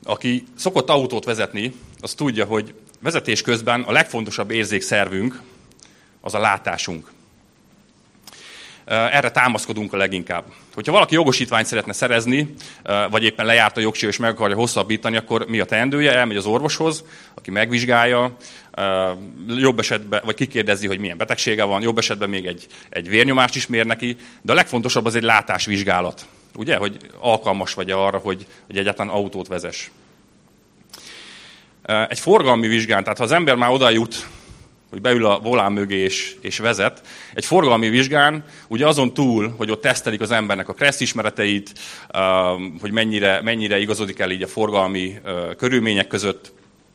Aki szokott autót vezetni, az tudja, hogy vezetés közben a legfontosabb érzékszervünk az a látásunk. Erre támaszkodunk a leginkább. Hogyha valaki jogosítványt szeretne szerezni, vagy éppen lejárt a jogsérő és meg akarja hosszabbítani, akkor mi a teendője? Elmegy az orvoshoz, aki megvizsgálja, jobb esetben, vagy kikérdezi, hogy milyen betegsége van, jobb esetben még egy vérnyomást is mér neki, de a legfontosabb az egy látásvizsgálat. Ugye, hogy alkalmas vagy arra, hogy egyáltalán autót vezess. Egy forgalmi vizsgán, tehát ha az ember már oda jut, hogy beül a volán mögé és vezet, egy forgalmi vizsgán, ugye azon túl, hogy ott tesztelik az embernek a kressz ismereteit, hogy mennyire igazodik el így a forgalmi körülmények között,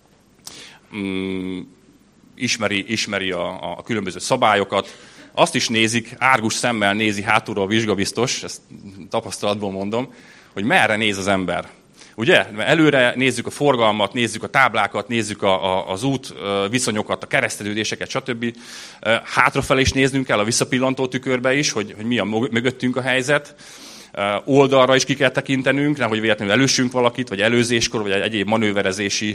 ismeri a különböző szabályokat, azt is nézik, árgus szemmel nézi hátulról a vizsgabiztos, ezt tapasztalatból mondom, hogy merre néz az ember. Ugye? Előre nézzük a forgalmat, nézzük a táblákat, nézzük az út viszonyokat, a keresztelődéseket, stb. Hátrafelé is néznünk kell a visszapillantó tükörbe is, hogy mi a mögöttünk a helyzet. Oldalra is ki kell tekintenünk, nehogy véletlenül előssünk valakit, vagy előzéskor, vagy egyéb manőverezési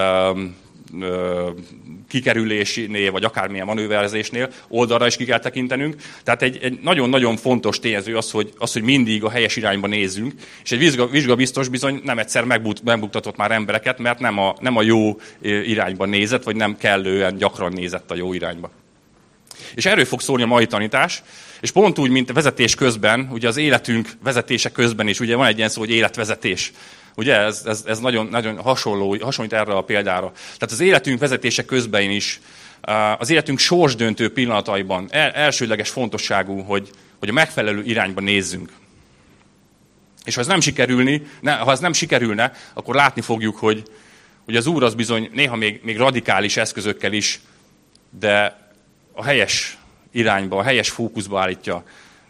kikerülésénél, vagy akármilyen manőverezésnél oldalra is ki kell tekintenünk. Tehát egy nagyon-nagyon fontos tényező az, hogy mindig a helyes irányba nézzünk, és egy vizsgabiztos bizony nem egyszer megbuktatott már embereket, mert nem a jó irányba nézett, vagy nem kellően gyakran nézett a jó irányba. És erről fog szólni a mai tanítás, és pont úgy, mint vezetés közben, ugye az életünk vezetése közben is, ugye van egy ilyen szó, hogy életvezetés. Ugye ez nagyon, nagyon hasonlít erre a példára. Tehát az életünk vezetése közben is, az életünk sorsdöntő pillanataiban elsődleges fontosságú, hogy a megfelelő irányba nézzünk. És ha ez nem sikerülne, akkor látni fogjuk, hogy az Úr az bizony néha még radikális eszközökkel is, de a helyes irányba, a helyes fókuszba állítja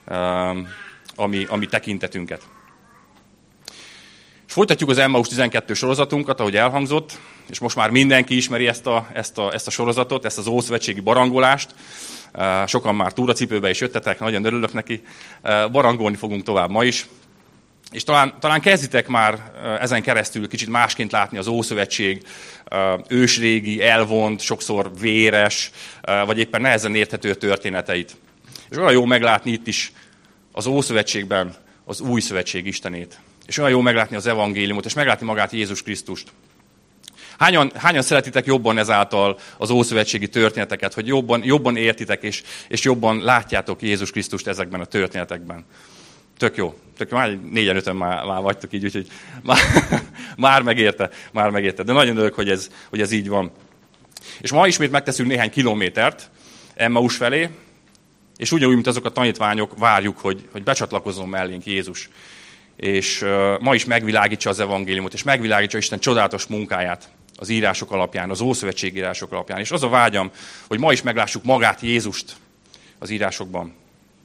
a mi tekintetünket. És folytatjuk az Emmaus 12 sorozatunkat, ahogy elhangzott, és most már mindenki ismeri ezt a sorozatot, ezt az ószövetségi barangolást. Sokan már túracipőbe is jöttetek, nagyon örülök neki. Barangolni fogunk tovább ma is. És talán kezditek már ezen keresztül kicsit másként látni az Ószövetség ősrégi, elvont, sokszor véres, vagy éppen nehezen érthető történeteit. És olyan jó meglátni itt is az Ószövetségben az Új Szövetség Istenét. És olyan jó meglátni az evangéliumot, és meglátni magát Jézus Krisztust. Hányan szeretitek jobban ezáltal az ószövetségi történeteket, hogy jobban értitek, és jobban látjátok Jézus Krisztust ezekben a történetekben? Tök jó. Már 4-5-en már vagytok így, úgyhogy már megérte. De nagyon örülök, hogy ez így van. És ma ismét megteszünk néhány kilométert Emmaus felé, és ugyanúgy, mint azok a tanítványok, várjuk, hogy becsatlakozzon mellénk Jézus. És ma is megvilágítsa az evangéliumot, és megvilágítsa Isten csodálatos munkáját az írások alapján, az Ószövetség írások alapján. És az a vágyam, hogy ma is meglássuk magát Jézust az írásokban.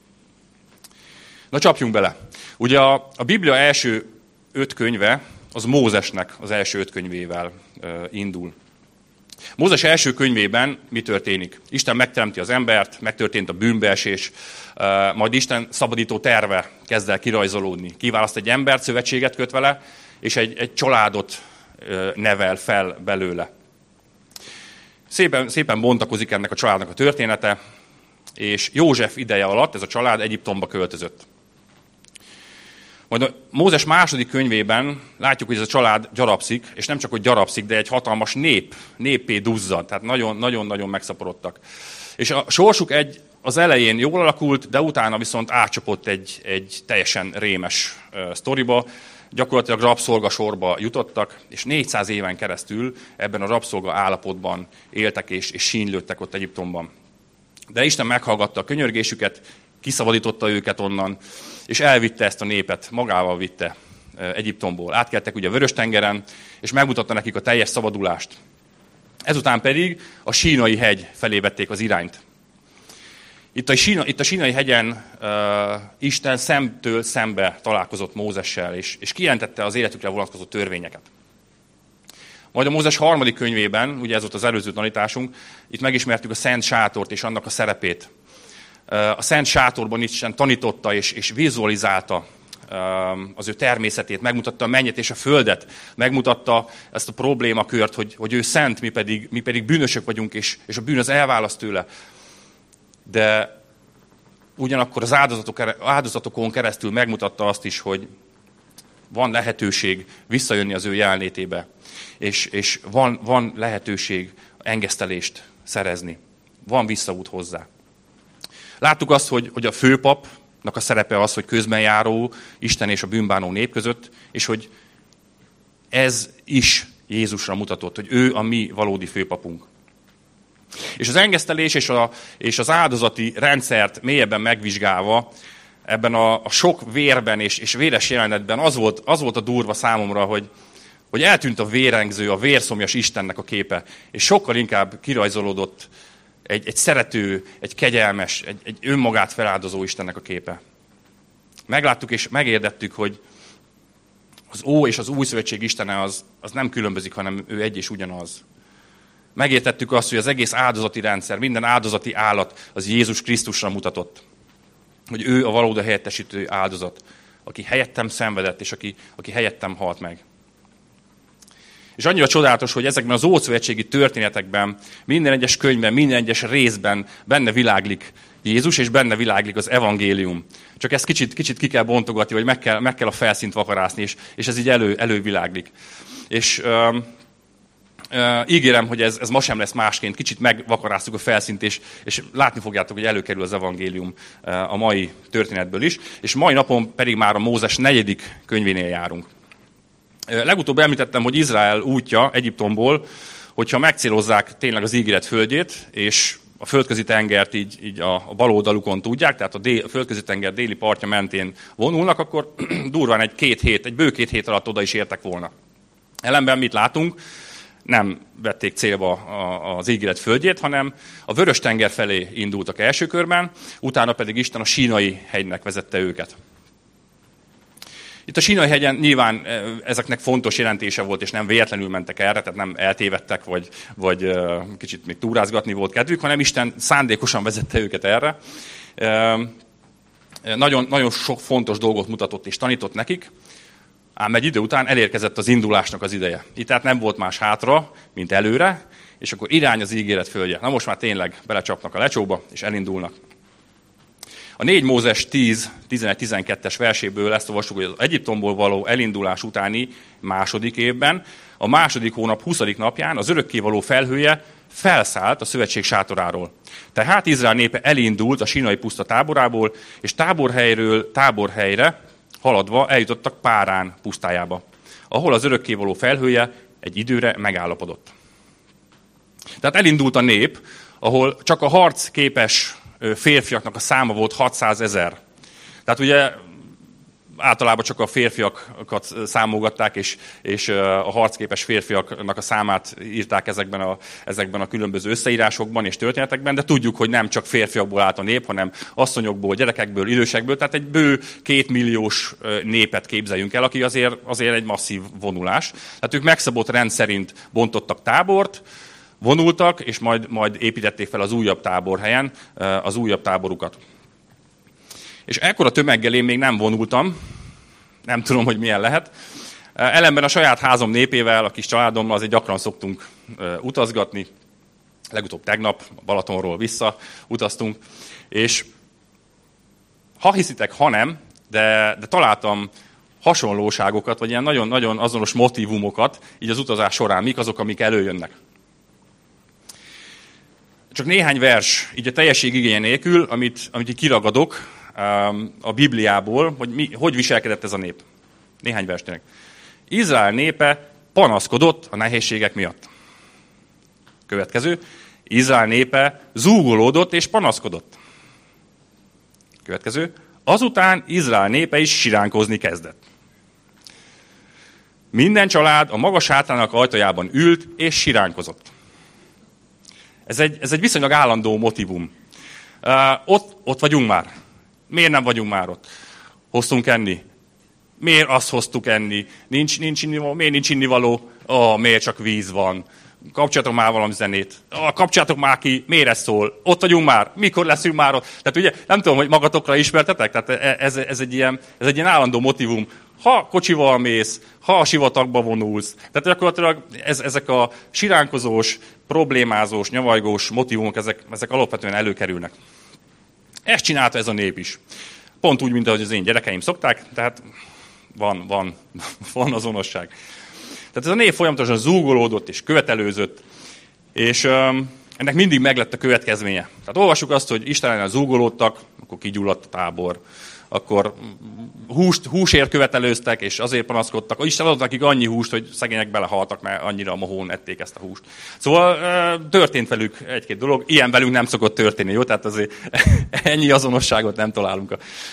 Na csapjunk bele. Ugye a Biblia első 5 könyve, az Mózesnek az első 5 könyvével indul. Mózes első könyvében mi történik? Isten megteremti az embert, megtörtént a bűnbeesés, majd Isten szabadító terve kezd el kirajzolódni. Kiválaszt egy embert, szövetséget köt vele, és egy családot nevel fel belőle. Szépen bontakozik ennek a családnak a története, és József ideje alatt ez a család Egyiptomba költözött. Majd a Mózes második könyvében látjuk, hogy ez a család gyarapszik, és nem csak, hogy gyarapszik, de egy hatalmas néppé duzzad, tehát nagyon-nagyon megszaporodtak. És a sorsuk az elején jól alakult, de utána viszont átcsapott egy teljesen rémes sztoriba, gyakorlatilag rabszolgasorba jutottak, és 400 éven keresztül ebben a rabszolga állapotban éltek és sínylődtek ott Egyiptomban. De Isten meghallgatta a könyörgésüket, kiszabadította őket onnan, és elvitte ezt a népet, magával vitte Egyiptomból. Átkeltek ugye a Vörös-tengeren, és megmutatta nekik a teljes szabadulást. Ezután pedig a Sínai hegy felé vették az irányt. Itt a Sínai hegyen Isten szemtől szembe találkozott Mózessel, és kijelentette az életükre vonatkozó törvényeket. Majd a Mózes harmadik könyvében, ugye ez volt az előző tanításunk, itt megismertük a Szent Sátort és annak a szerepét. A Szent Sátorban Isten tanította és vizualizálta az ő természetét, megmutatta a mennyet és a földet, megmutatta ezt a problémakört, hogy ő szent, mi pedig bűnösök vagyunk, és a bűn az elválaszt tőle. De ugyanakkor az áldozatokon keresztül megmutatta azt is, hogy van lehetőség visszajönni az ő jelenlétébe, és van lehetőség engesztelést szerezni. Van visszaút hozzá. Láttuk azt, hogy a főpapnak a szerepe az, hogy közbenjáró Isten és a bűnbánó nép között, és hogy ez is Jézusra mutatott, hogy ő a mi valódi főpapunk. És az engesztelés és az áldozati rendszert mélyebben megvizsgálva, ebben a sok vérben és véres jelenetben az volt a durva számomra, hogy eltűnt a vérengző, a vérszomjas Istennek a képe, és sokkal inkább kirajzolódott egy szerető, egy kegyelmes, egy önmagát feláldozó Istennek a képe. Megláttuk és megérdettük, hogy az Ó és az Új Szövetség Istene az nem különbözik, hanem ő egy és ugyanaz. Megértettük azt, hogy az egész áldozati rendszer, minden áldozati állat az Jézus Krisztusra mutatott. Hogy ő a valódi helyettesítő áldozat, aki helyettem szenvedett, és aki helyettem halt meg. És annyira csodálatos, hogy ezekben az ószövetségi történetekben, minden egyes könyvben, minden egyes részben benne világlik Jézus, és benne világlik az evangélium. Csak ezt kicsit ki kell bontogatni, vagy meg kell a felszínt vakarászni, és ez így előviláglik. És ígérem, hogy ez ma sem lesz másként, kicsit megvakarásztuk a felszínt, és látni fogjátok, hogy előkerül az evangélium a mai történetből is, és mai napon pedig már a Mózes 4. könyvénél járunk. Legutóbb említettem, hogy Izrael útja Egyiptomból, hogyha megcélozzák tényleg az ígéret földjét, és a földközi tengert így a bal oldalukon tudják, tehát a földközi tenger déli partja mentén vonulnak, akkor durván egy bő két hét alatt oda is értek volna. Ellenben mit látunk? Nem vették célba az ígéret földjét, hanem a Vörös-tenger felé indultak első körben, utána pedig Isten a Sínai hegynek vezette őket. Itt a Sínai hegyen nyilván ezeknek fontos jelentése volt, és nem véletlenül mentek erre, tehát nem eltévedtek, vagy kicsit még túrázgatni volt kedvük, hanem Isten szándékosan vezette őket erre. Nagyon, nagyon sok fontos dolgot mutatott és tanított nekik, ám egy idő után elérkezett az indulásnak az ideje. Itt tehát nem volt más hátra, mint előre, és akkor irány az ígéret földje. Na most már tényleg belecsapnak a lecsóba, és elindulnak. A 4 Mózes 10-11-12-es verséből ezt olvassuk, hogy az Egyiptomból való elindulás utáni második évben, a második hónap 20. napján az örökkévaló felhője felszállt a szövetség sátoráról. Tehát Izrael népe elindult a Sínai puszta táborából, és táborhelyről táborhelyre haladva eljutottak Párán pusztájába, ahol az örökkévaló felhője egy időre megállapodott. Tehát elindult a nép, ahol csak a harcképes férfiaknak a száma volt 600 000. Tehát ugye általában csak a férfiakat számolgatták, és a harcképes férfiaknak a számát írták ezekben a különböző összeírásokban és történetekben, de tudjuk, hogy nem csak férfiakból állt a nép, hanem asszonyokból, gyerekekből, idősekből, tehát egy bő 2 milliós népet képzeljünk el, aki azért egy masszív vonulás. Tehát ők megszabott rend szerint bontottak tábort, vonultak, és majd építették fel az újabb táborhelyen az újabb táborukat. És ekkora tömeggel én még nem vonultam, nem tudom, hogy milyen lehet. Ellenben a saját házam népével, a kis családommal azért gyakran szoktunk utazgatni. Legutóbb tegnap a Balatonról vissza utaztunk. És ha hiszitek, ha nem, de találtam hasonlóságokat, vagy ilyen nagyon-nagyon azonos motívumokat így az utazás során. Mik azok, amik előjönnek. Csak néhány vers, így a teljesség igénye nélkül, amit így kiragadok a Bibliából, hogy viselkedett ez a nép. Néhány vers tényleg. Izrael népe panaszkodott a nehézségek miatt. Következő. Izrael népe zúgolódott és panaszkodott. Következő. Azután Izrael népe is siránkozni kezdett. Minden család a magas hátrának ajtajában ült és siránkozott. Ez egy viszonylag állandó motivum. Ott vagyunk már. Miért nem vagyunk már ott? Hoztunk enni. Miért azt hoztuk enni? Nincs innivaló. Miért nincs innivaló? Miért csak víz van? kapcsoljatok már valami zenét, kapcsoljatok már ki, miért ez szól, ott vagyunk már, mikor leszünk már ott. Tehát ugye nem tudom, hogy magatokra ismertetek, tehát ez egy ilyen állandó motivum. Ha kocsival mész, ha a sivatagba vonulsz. Tehát gyakorlatilag ezek a siránkozós, problémázós, nyavajgós motivumok, ezek alapvetően előkerülnek. Ezt csinálta ez a nép is. Pont úgy, mint ahogy az én gyerekeim szokták, tehát van azonosság. Tehát ez a nép folyamatosan zúgolódott és követelőzött, és ennek mindig meglett a következménye. Tehát olvassuk azt, hogy Isten ellen zúgolódtak, akkor kigyulladt a tábor, akkor húsért követelőztek, és azért panaszkodtak. Isten adott nekik annyi húst, hogy szegények belehaltak, mert annyira mohón ették ezt a húst. Szóval történt velük egy-két dolog. Ilyen velünk nem szokott történni, jó? Tehát azért ennyi azonosságot nem találunk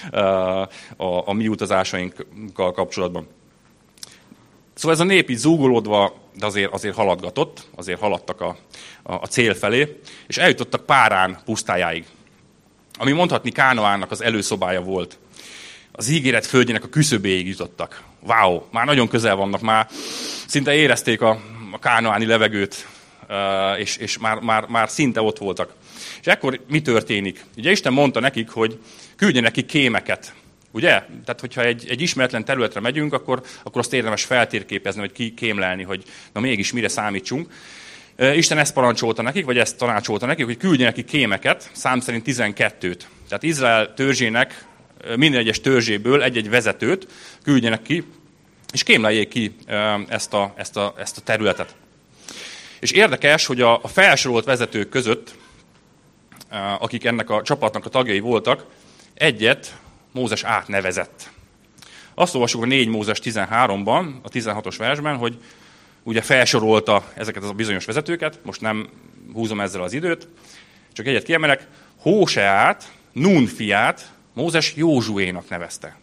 a mi utazásainkkal kapcsolatban. Szóval ez a nép így zúgolódva, de azért haladgatott, azért haladtak a cél felé, és eljutottak Párán pusztájáig, ami mondhatni Kánaánnak az előszobája volt. Az ígéret földjének a küszöbéig jutottak. Wow, már nagyon közel vannak, már szinte érezték a kánaáni levegőt, és már szinte ott voltak. És ekkor mi történik? Ugye Isten mondta nekik, hogy küldjenek ki kémeket. Ugye? Tehát, hogyha egy ismeretlen területre megyünk, akkor azt érdemes feltérképezni, vagy kikémlelni, hogy na mégis mire számítsunk. Isten ezt parancsolta nekik, vagy ezt tanácsolta nekik, hogy küldjenek ki kémeket, szám szerint 12-t. Tehát Izrael törzsének, minden egyes törzséből egy-egy vezetőt küldjenek ki, és kémleljék ki ezt a területet. És érdekes, hogy a felsorolt vezetők között, akik ennek a csapatnak a tagjai voltak, egyet Mózes átnevezett. Azt olvasjuk a 4 Mózes 13-ban, a 16-os versben, hogy ugye felsorolta ezeket a bizonyos vezetőket, most nem húzom ezzel az időt, csak egyet kiemelek, Hóseát, Nun fiát Mózes Józsuénak nevezte.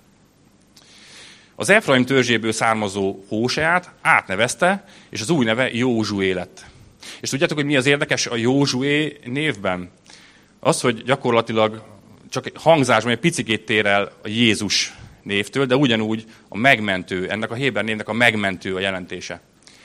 Az Efraim törzséből származó Hóseát átnevezte, és az új neve Józsué lett. És tudjátok, hogy mi az érdekes a Józsué névben? Az, hogy gyakorlatilag csak hangzásban egy picikét tér el a Jézus névtől, de ugyanúgy a megmentő, ennek a héber névnek a megmentő a jelentése.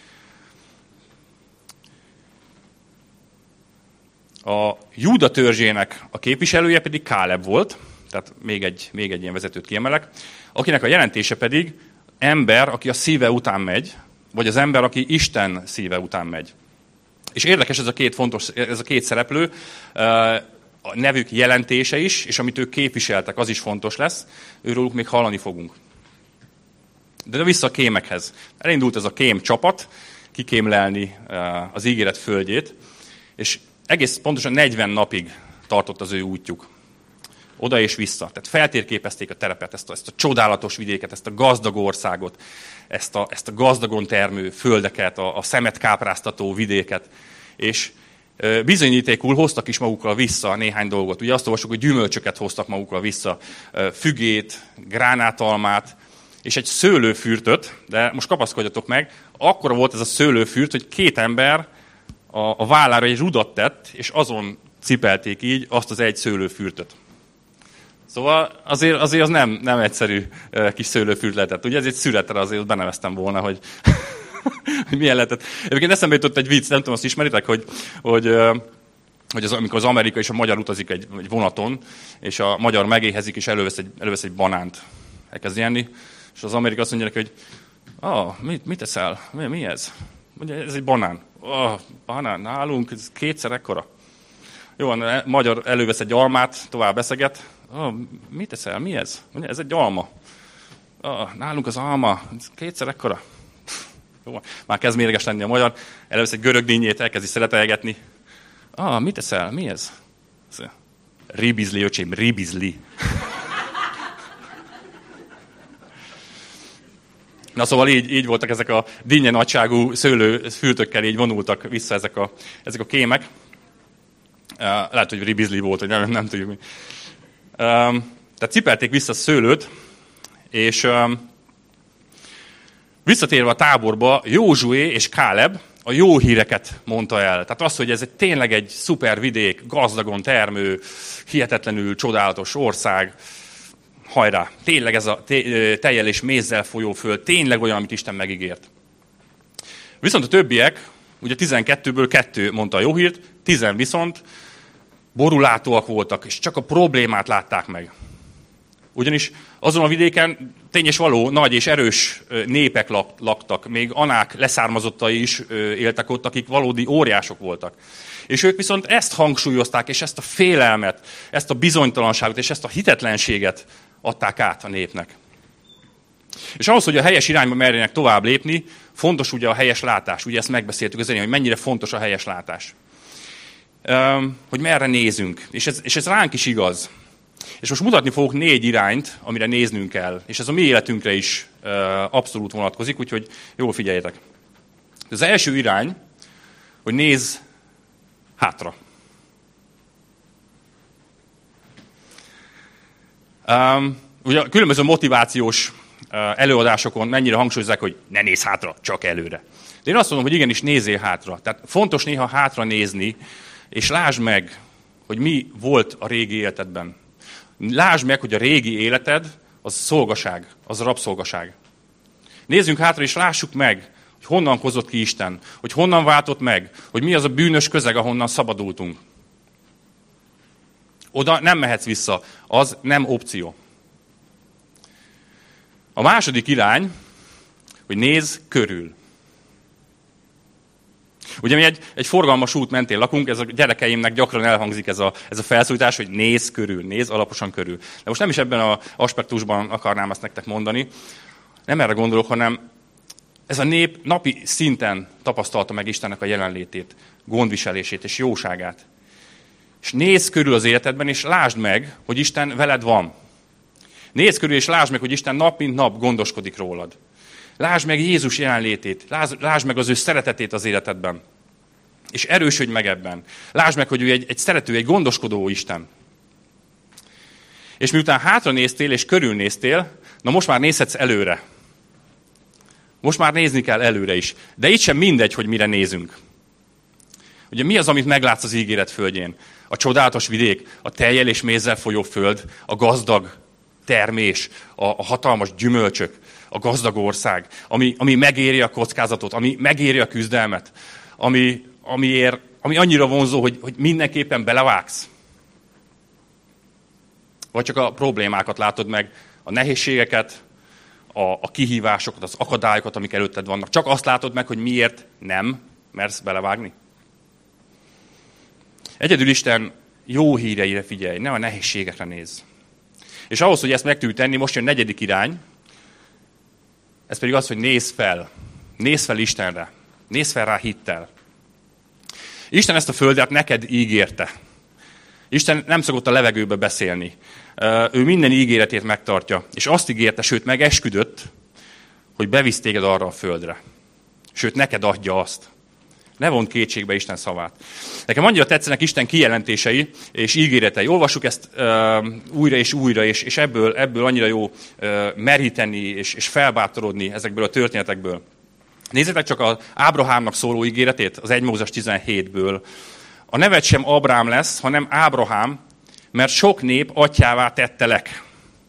A Júda törzsének a képviselője pedig Káleb volt, tehát még egy ilyen vezetőt kiemelek, akinek a jelentése pedig ember, aki a szíve után megy, vagy az ember, aki Isten szíve után megy. És érdekes ez a két szereplő, a nevük jelentése is, és amit ők képviseltek, az is fontos lesz, őróluk még hallani fogunk. De vissza a kémekhez. Elindult ez a kém csapat, kikémlelni az ígéret földjét, és egész pontosan 40 napig tartott az ő útjuk. Oda és vissza. Tehát feltérképezték a terepet, ezt a csodálatos vidéket, ezt a gazdag országot, ezt a gazdagon termő földeket, a szemet kápráztató vidéket. És bizonyítékul hoztak is magukkal vissza néhány dolgot. Ugye azt olvasjuk, hogy gyümölcsöket hoztak magukkal vissza, fügét, gránátalmát, és egy szőlőfürtöt, de most kapaszkodjatok meg, akkora volt ez a szőlőfürt, hogy 2 ember a vállára egy rudat tett, és azon cipelték így azt az egy szőlőfürtöt. Szóval azért az nem egyszerű kis szőlőfürt lehetett. Ugye ez egy születre azért beneveztem volna, hogy milyen lehetett. Egyébként eszembe jutott egy vicc, nem tudom, azt ismeritek, hogy amikor az amerikai és a magyar utazik egy vonaton, és a magyar megéhezik, és elővesz egy banánt. Elkezd enni, és az amerikai azt mondja neki, hogy mit eszel? Mi ez? Mondja, ez egy banán. Banán nálunk, ez 2-szer ekkora. Jó, a magyar elővesz egy almát, tovább eszeget. Mit eszel? Mi ez? Mondja, ez egy alma. Nálunk az alma, ez 2-szer ekkora. Jó, már kezd mérges lenni a magyar. Elővesz egy görög dinnyét, elkezdi szeretelgetni. Mit eszel? Mi ez? Ribizli, öcsém, ribizli. Na szóval így voltak ezek a dinnye nagyságú szőlőfürtökkel, így vonultak vissza ezek a kémek. Lehet, hogy ribizli volt, hogy nem tudjuk mi. Tehát cipelték vissza a szőlőt, és visszatérve a táborba, Józsué és Káleb a jó híreket mondta el. Tehát az, hogy ez tényleg egy szuper vidék, gazdagon termő, hihetetlenül csodálatos ország. Hajrá! Tényleg ez a tejjel és mézzel folyó föld, tényleg olyan, amit Isten megígért. Viszont a többiek Ugye 12-ből 2 mondta a jó hírt, 10 viszont borulátóak voltak, és csak a problémát látták meg. Ugyanis azon a vidéken tény és való nagy és erős népek laktak, még Anák leszármazottai is éltek ott, akik valódi óriások voltak. És ők viszont ezt hangsúlyozták, és ezt a félelmet, ezt a bizonytalanságot, és ezt a hitetlenséget adták át a népnek. És ahhoz, hogy a helyes irányba merjenek tovább lépni, fontos ugye a helyes látás. Ugye ezt megbeszéltük az elején, hogy mennyire fontos a helyes látás. Hogy merre nézünk. És ez ránk is igaz. És most mutatni fogok 4 irányt, amire néznünk kell. És ez a mi életünkre is abszolút vonatkozik, úgyhogy jól figyeljetek. Az első irány, hogy nézz hátra. Ugye a különböző motivációs előadásokon mennyire hangsúlyozzák, hogy ne nézz hátra, csak előre. De én azt mondom, hogy igenis nézzél hátra. Tehát fontos néha hátra nézni, és lásd meg, hogy mi volt a régi életedben. Lásd meg, hogy a régi életed az szolgaság, az rabszolgaság. Nézzünk hátra, és lássuk meg, hogy honnan hozott ki Isten, hogy honnan váltott meg, hogy mi az a bűnös közeg, ahonnan szabadultunk. Oda nem mehetsz vissza, az nem opció. A második irány, hogy nézz körül. Ugye mi egy forgalmas út mentén lakunk, ez a gyerekeimnek gyakran elhangzik ez a felszólítás, hogy nézz körül, nézz alaposan körül. De most nem is ebben az aspektusban akarnám ezt nektek mondani, nem erre gondolok, hanem ez a nép napi szinten tapasztalta meg Istennek a jelenlétét, gondviselését és jóságát. És nézz körül az életedben, és lásd meg, hogy Isten veled van. Nézz körül, és lásd meg, hogy Isten nap mint nap gondoskodik rólad. Lásd meg Jézus jelenlétét, lásd meg az ő szeretetét az életedben. És erősödj meg ebben. Lásd meg, hogy ő egy szerető, egy gondoskodó Isten. És miután hátra néztél és körülnéztél, na most már nézhetsz előre. Most már nézni kell előre is. De itt sem mindegy, hogy mire nézünk. Ugye mi az, amit meglátsz az ígéret földjén? A csodálatos vidék, a tejjel és mézzel folyó föld, a gazdag termés, a hatalmas gyümölcsök, a gazdag ország, ami megéri a kockázatot, ami megéri a küzdelmet, ami annyira vonzó, hogy mindenképpen belevágsz. Vagy csak a problémákat látod meg, a nehézségeket, a kihívásokat, az akadályokat, amik előtted vannak. Csak azt látod meg, hogy miért nem mersz belevágni. Egyedül Isten jó híreire figyelj, nem a nehézségekre nézz. És ahhoz, hogy ezt meg tudjuk tenni, most jön 4. irány, ez pedig az, hogy nézz fel. Nézz fel Istenre. Nézz fel rá hittel. Isten ezt a földet neked ígérte. Isten nem szokott a levegőbe beszélni. Ő minden ígéretét megtartja. És azt ígérte, sőt megesküdött, hogy bevisz téged arra a földre. Sőt, neked adja azt. Ne vond kétségbe Isten szavát. Nekem annyira tetszenek Isten kijelentései és ígéretei. Olvassuk ezt újra, és ebből annyira jó meríteni és felbátorodni ezekből a történetekből. Nézzétek csak az Ábrahámnak szóló ígéretét, az 1 Mózes 17-ből. A neved sem Abrám lesz, hanem Ábrahám, mert sok nép atyává tettelek.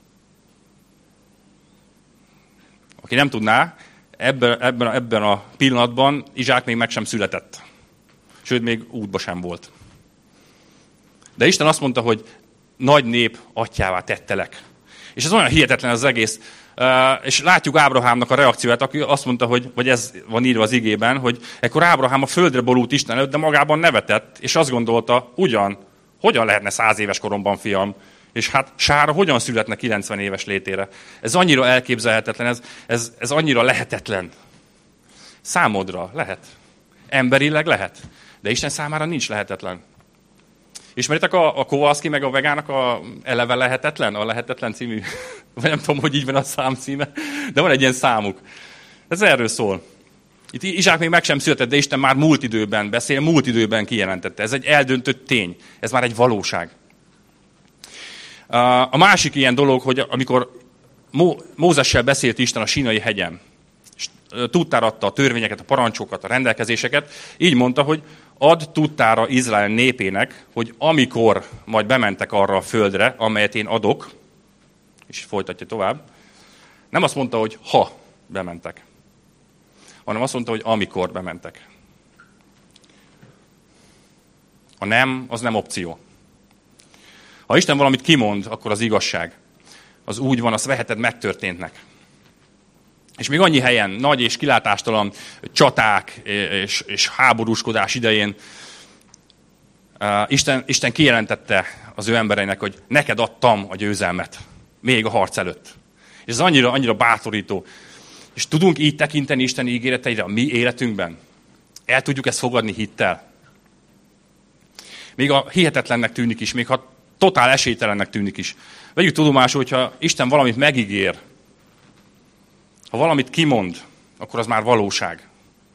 Aki nem tudná, ebben a pillanatban Izsák még meg sem született. Sőt, még útba sem volt. De Isten azt mondta, hogy nagy nép atyává tettelek. És ez olyan hihetetlen az egész. És látjuk Ábrahámnak a reakcióját, aki azt mondta, vagy ez van írva az igében, hogy ekkor Ábrahám a földre borult Isten előtt, de magában nevetett, és azt gondolta, hogyan lehetne 100 éves koromban fiam, és hát Sára hogyan születne 90 éves létére. Ez annyira elképzelhetetlen, ez annyira lehetetlen. Számodra lehet. Emberileg lehet. De Isten számára nincs lehetetlen. Ismeritek a Kowalski meg a Vegának a eleve lehetetlen? A lehetetlen című, vagy nem tudom, hogy így van a szám címe, de van egy ilyen számuk. Ez erről szól. Itt Izsák még meg sem született, de Isten már múlt időben beszél, múlt időben kijelentette. Ez egy eldöntött tény. Ez már egy valóság. A másik ilyen dolog, hogy amikor Mózessel beszélt Isten a Sínai hegyen, és tudtára adta a törvényeket, a parancsokat, a rendelkezéseket, így mondta, hogy add tudtára Izrael népének, hogy amikor majd bementek arra a földre, amelyet én adok, és folytatja tovább, nem azt mondta, hogy ha bementek, hanem azt mondta, hogy amikor bementek. A nem, az nem opció. Ha Isten valamit kimond, akkor az igazság. Az úgy van, azt veheted megtörténtnek. És még annyi helyen, nagy és kilátástalan csaták és háborúskodás idején Isten kijelentette az ő embereinek, hogy neked adtam a győzelmet, még a harc előtt. És ez annyira bátorító. És tudunk így tekinteni Isten ígéreteire a mi életünkben? El tudjuk ezt fogadni hittel? Még a hihetetlennek tűnik is, még ha totál esélytelennek tűnik is. Vegyük tudomásul, hogyha Isten valamit megígér, ha valamit kimond, akkor az már valóság.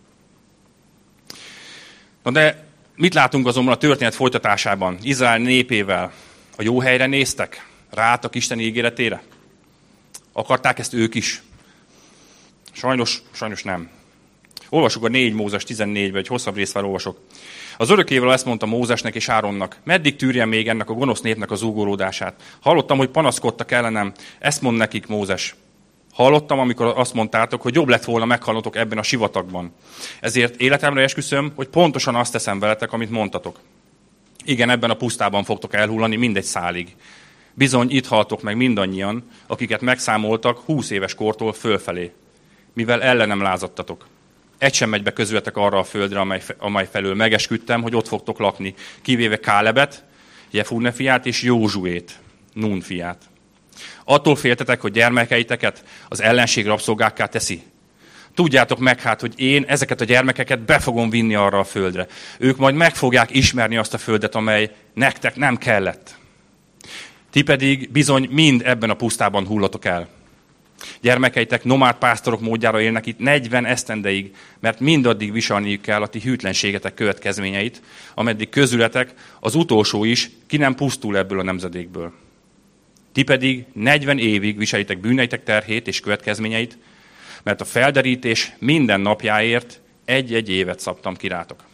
Na de mit látunk azonban a történet folytatásában? Izrael népével a jó helyre néztek? Ráálltak Isten ígéretére? Akarták ezt ők is? Sajnos nem. Olvasok a 4 Mózes 14-ben, egy hosszabb részt olvasok. Az örökével ezt mondta Mózesnek és Áronnak: meddig tűrjem még ennek a gonosz népnek az zúgolódását? Hallottam, hogy panaszkodtak ellenem, ezt mond nekik Mózes. Hallottam, amikor azt mondtátok, hogy jobb lett volna meghalnotok ebben a sivatagban. Ezért életemre esküszöm, hogy pontosan azt teszem veletek, amit mondtatok. Igen, ebben a pusztában fogtok elhullani mindegy szálig. Bizony, itt haltok meg mindannyian, akiket megszámoltak 20 éves kortól fölfelé, mivel ellenem lázadtatok. Egy sem megy be közületek arra a földre, amely felől megesküdtem, hogy ott fogtok lakni, kivéve Kálebet, Jefune fiát és Józsuét, Nun fiát. Attól féltetek, hogy gyermekeiteket az ellenség rabszolgákká teszi? Tudjátok meg hát, hogy én ezeket a gyermekeket be fogom vinni arra a földre. Ők majd meg fogják ismerni azt a földet, amely nektek nem kellett. Ti pedig bizony mind ebben a pusztában hullatok el. Gyermekeitek nomád pásztorok módjára élnek itt 40 esztendeig, mert mindaddig viselniük kell a ti hűtlenségetek következményeit, ameddig közületek az utolsó is ki nem pusztul ebből a nemzedékből. Ti pedig 40 évig viselitek bűneitek terhét és következményeit, mert a felderítés minden napjáért egy-egy évet szabtam ki rátok.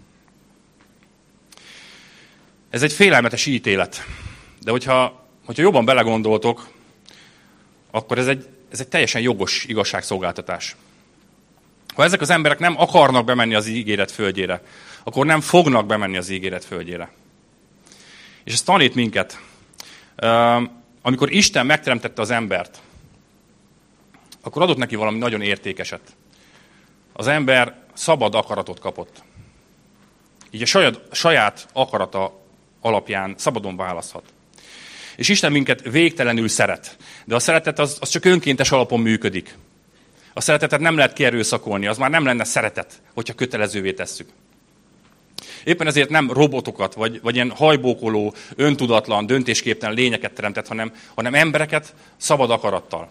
Ez egy félelmetes ítélet, de hogyha jobban belegondoltok, akkor ez egy teljesen jogos igazságszolgáltatás. Ha ezek az emberek nem akarnak bemenni az ígéret földjére, akkor nem fognak bemenni az ígéret földjére. És ez tanít minket. Amikor Isten megteremtette az embert, akkor adott neki valami nagyon értékeset. Az ember szabad akaratot kapott. Így a saját akarata alapján szabadon választhat. És Isten minket végtelenül szeret. De a szeretet az csak önkéntes alapon működik. A szeretetet nem lehet kierőszakolni, az már nem lenne szeretet, hogyha kötelezővé tesszük. Éppen ezért nem robotokat, vagy ilyen hajbókoló, öntudatlan, döntésképtelen lényeket teremtett, hanem embereket szabad akarattal.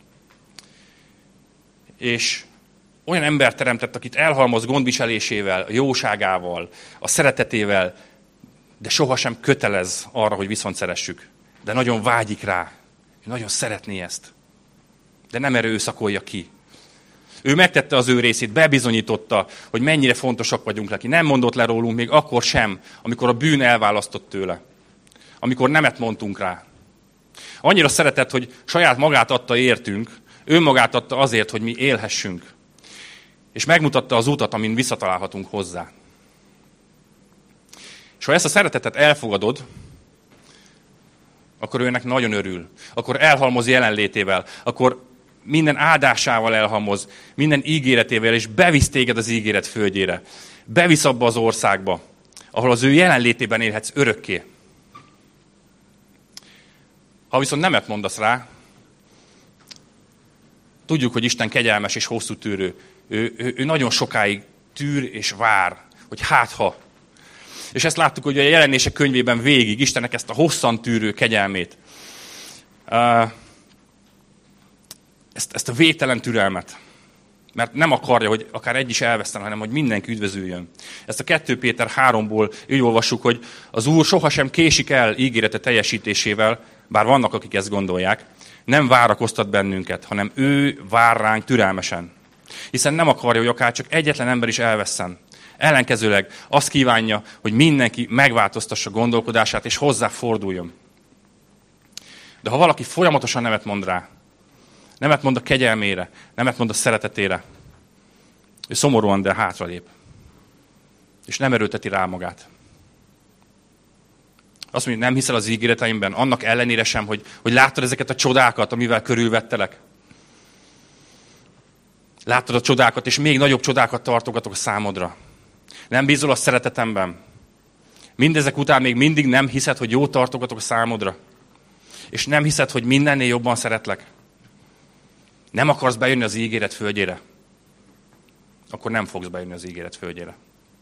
És olyan ember teremtett, akit elhalmoz gondviselésével, a jóságával, a szeretetével, de sohasem kötelez arra, hogy viszont szeressük. De nagyon vágyik rá, nagyon szeretné ezt. De nem erőszakolja ki. Ő megtette az ő részét, bebizonyította, hogy mennyire fontosak vagyunk neki. Nem mondott le rólunk még akkor sem, amikor a bűn elválasztott tőle. Amikor nemet mondtunk rá. Annyira szeretett, hogy saját magát adta értünk, önmagát adta azért, hogy mi élhessünk. És megmutatta az utat, amin visszatalálhatunk hozzá. És ha ezt a szeretetet elfogadod, akkor ő ennek nagyon örül. Akkor elhalmoz jelenlétével, akkor minden áldásával elhalmoz, minden ígéretével, és bevisz téged az ígéret földjére. Bevisz abba az országba, ahol az ő jelenlétében élhetsz örökké. Ha viszont nemet mondasz rá, tudjuk, hogy Isten kegyelmes és hosszú tűrő. Ő nagyon sokáig tűr és vár, hogy hátha. És ezt láttuk, hogy a Jelenések könyvében végig Istennek ezt a hosszan tűrő kegyelmét. Ezt a végtelen türelmet. Mert nem akarja, hogy akár egy is elveszten, hanem hogy mindenki üdvözüljön. Ezt a 2 Péter 3-ból így olvassuk, hogy az Úr sohasem késik el ígérete teljesítésével, bár vannak, akik ezt gondolják, nem várakoztat bennünket, hanem ő vár ránk türelmesen. Hiszen nem akarja, hogy akár csak egyetlen ember is elvesszen. Ellenkezőleg azt kívánja, hogy mindenki megváltoztassa gondolkodását és hozzá forduljon. De ha valaki folyamatosan nemet mond rá, nemet mond a kegyelmére, nemet mond a szeretetére, ő szomorúan, de hátralép. És nem erőlteti rá magát. Azt mondja, nem hiszel az ígéreteimben, annak ellenére sem, hogy láttad ezeket a csodákat, amivel körülvettelek. Láttad a csodákat, és még nagyobb csodákat tartogatok a számodra. Nem bízol a szeretetemben. Mindezek után még mindig nem hiszed, hogy jót tartogatok a számodra. És nem hiszed, hogy mindennél jobban szeretlek. Nem akarsz bejönni az ígéret földjére. Akkor nem fogsz bejönni az ígéret földjére.